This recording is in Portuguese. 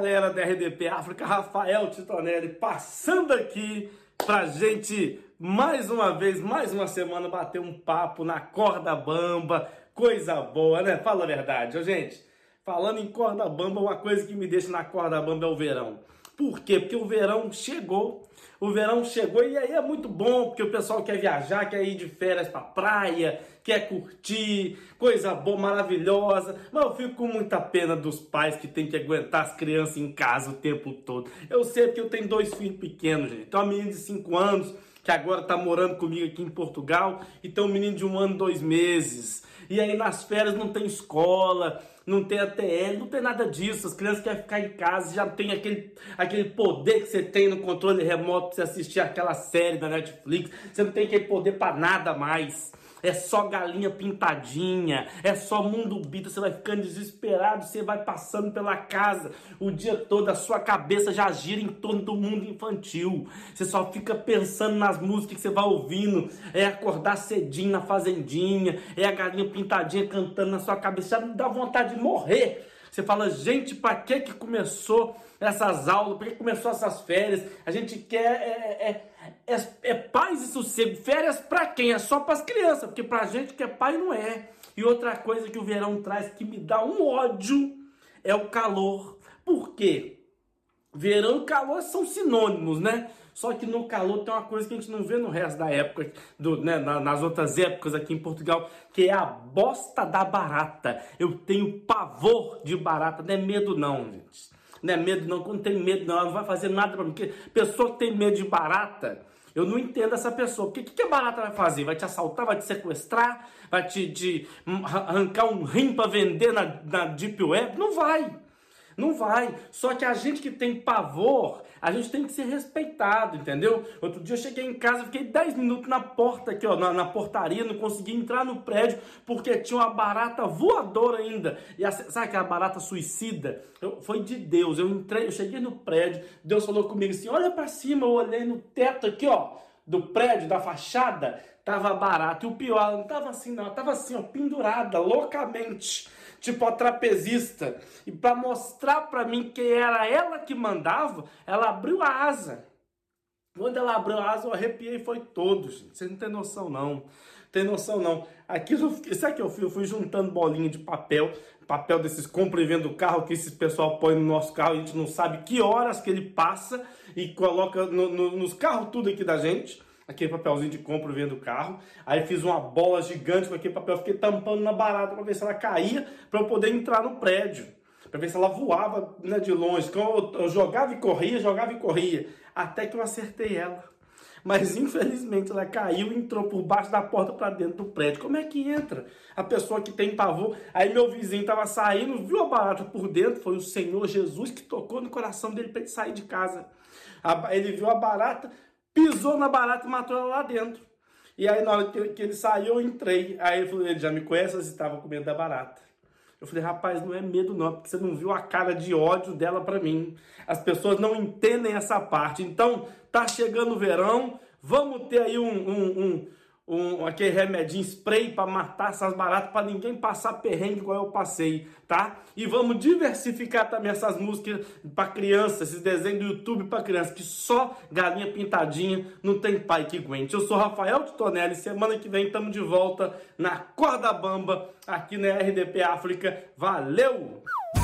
galera da RDP África, Rafael Titonelli passando aqui pra gente mais uma vez, mais uma semana bater um papo na corda bamba, coisa boa, né? Fala a verdade, ô, gente. Falando em corda bamba, uma coisa que me deixa na corda bamba é o verão. Por quê? Porque o verão chegou e aí é muito bom, porque o pessoal quer viajar, quer ir de férias pra praia, quer curtir, coisa boa, maravilhosa. Mas eu fico com muita pena dos pais que tem que aguentar as crianças em casa o tempo todo. Eu sei porque eu tenho 2 filhos pequenos, gente. Tem uma menina de 5 anos, que agora tá morando comigo aqui em Portugal, e tem um menino de 1 ano e 2 meses. E aí nas férias não tem escola, não tem ATL, não tem nada disso. As crianças querem ficar em casa, já tem aquele poder que você tem no controle remoto pra você assistir aquela série da Netflix. Você não tem aquele poder pra nada mais. É só galinha pintadinha, é só mundo bita, você vai ficando desesperado, você vai passando pela casa o dia todo, a sua cabeça já gira em torno do mundo infantil. Você só fica pensando nas músicas que você vai ouvindo, é acordar cedinho na fazendinha, é a galinha pintadinha cantando na sua cabeça, já me dá vontade de morrer. Você fala, gente, para que começou essas aulas? Para que começou essas férias? A gente quer paz e sossego. Férias para quem? É só para as crianças, porque para a gente que é pai não é. E outra coisa que o verão traz que me dá um ódio é o calor. Por quê? Verão e calor são sinônimos, né? Só que no calor tem uma coisa que a gente não vê no resto da época, nas outras épocas aqui em Portugal, que é a bosta da barata. Eu tenho pavor de barata, não é medo não, gente. Não é medo não, quando tem medo não, ela não vai fazer nada pra mim. Porque pessoa que tem medo de barata, eu não entendo essa pessoa. Porque o que a barata vai fazer? Vai te assaltar, vai te sequestrar, vai te arrancar um rim pra vender na Deep Web? Não vai. Não vai. Só que a gente que tem pavor, a gente tem que ser respeitado, entendeu? Outro dia eu cheguei em casa, fiquei 10 minutos na porta aqui, ó, na portaria, não consegui entrar no prédio, porque tinha uma barata voadora ainda. E sabe aquela barata suicida? Foi de Deus. Eu cheguei no prédio, Deus falou comigo assim, olha pra cima, eu olhei no teto aqui, ó, do prédio, da fachada, tava barata. E o pior, ela não tava assim não, ela tava assim, ó, pendurada, loucamente, tipo a trapezista. E para mostrar para mim que era ela que mandava, ela abriu a asa. Quando ela abriu a asa, eu arrepiei, foi todo, gente. Você não tem noção não. Tem noção não. Aquilo, sabe o que eu fiz? Eu fui juntando bolinha de papel desses compra e venda do carro, que esse pessoal põe no nosso carro, a gente não sabe que horas que ele passa e coloca nos carros tudo aqui da gente. Aquele papelzinho de compra e venda do carro. Aí fiz uma bola gigante com aquele papel, fiquei tampando na barata para ver se ela caía, para eu poder entrar no prédio. Para ver se ela voava, né, de longe. Então eu jogava e corria, até que eu acertei ela. Mas infelizmente ela caiu e entrou por baixo da porta para dentro do prédio. Como é que entra? A pessoa que tem pavor. Aí meu vizinho estava saindo, viu a barata por dentro. Foi o Senhor Jesus que tocou no coração dele para ele sair de casa. Ele viu a barata, pisou na barata e matou ela lá dentro. E aí na hora que ele saiu, eu entrei. Aí ele falou, ele já me conhece, você estava com medo da barata. Eu falei, rapaz, não é medo não, porque você não viu a cara de ódio dela pra mim. As pessoas não entendem essa parte. Então, tá chegando o verão, vamos ter aí aquele remedinho spray para matar essas baratas, para ninguém passar perrengue igual eu passei, tá? E vamos diversificar também essas músicas para criança, esses desenhos do YouTube para criança, que só galinha pintadinha não tem pai que aguente. Eu sou Rafael Titonelli, semana que vem estamos de volta na Corda Bamba, aqui na RDP África. Valeu!